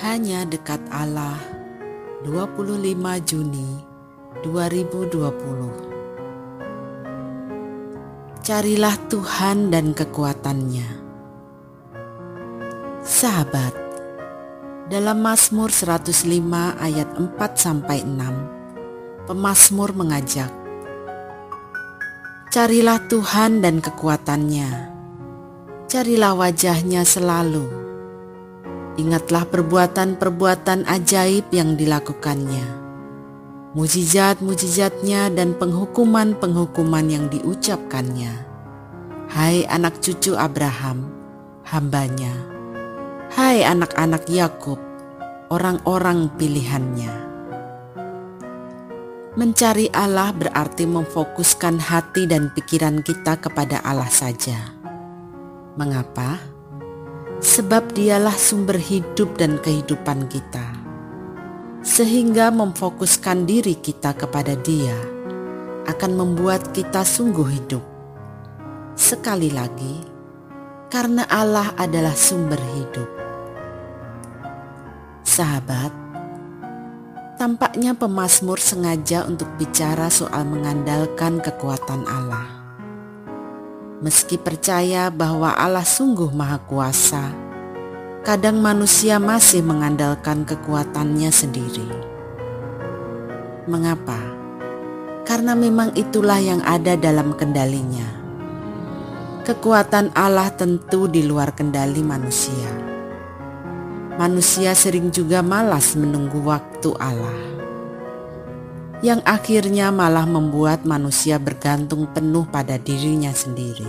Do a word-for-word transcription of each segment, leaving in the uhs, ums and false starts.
Hanya dekat Allah, dua puluh lima Juni dua ribu dua puluh. Carilah Tuhan dan kekuatannya. Sahabat, dalam Mazmur seratus lima ayat empat sampai enam, pemazmur mengajak, carilah Tuhan dan kekuatannya, carilah wajahnya selalu. Ingatlah perbuatan-perbuatan ajaib yang dilakukannya, mujizat-mujizatnya dan penghukuman-penghukuman yang diucapkannya. Hai anak cucu Abraham, hambanya. Hai anak-anak Yakub, orang-orang pilihannya. Mencari Allah berarti memfokuskan hati dan pikiran kita kepada Allah saja. Mengapa? Sebab Dialah sumber hidup dan kehidupan kita. Sehingga memfokuskan diri kita kepada Dia akan membuat kita sungguh hidup. Sekali lagi, karena Allah adalah sumber hidup. Sahabat, tampaknya pemazmur sengaja untuk bicara soal mengandalkan kekuatan Allah. Meski percaya bahwa Allah sungguh maha kuasa, kadang manusia masih mengandalkan kekuatannya sendiri. Mengapa? Karena memang itulah yang ada dalam kendalinya. Kekuatan Allah tentu di luar kendali manusia. Manusia sering juga malas menunggu waktu Allah, yang akhirnya malah membuat manusia bergantung penuh pada dirinya sendiri.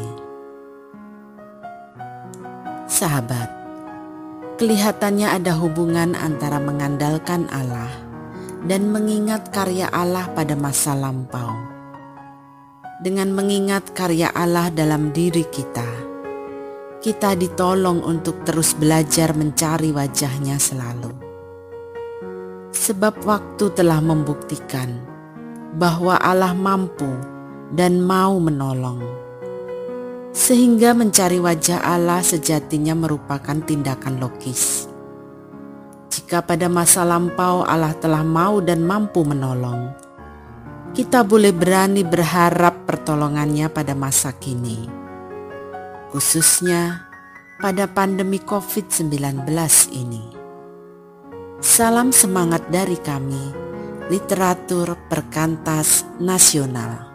Sahabat, kelihatannya ada hubungan antara mengandalkan Allah dan mengingat karya Allah pada masa lampau. Dengan mengingat karya Allah dalam diri kita, kita ditolong untuk terus belajar mencari wajahnya selalu. Sebab waktu telah membuktikan bahwa Allah mampu dan mau menolong. Sehingga mencari wajah Allah sejatinya merupakan tindakan logis. Jika pada masa lampau Allah telah mau dan mampu menolong, kita boleh berani berharap pertolongannya pada masa kini. Khususnya pada pandemi covid sembilan belas ini. Salam semangat dari kami, Literatur Perkantas Nasional.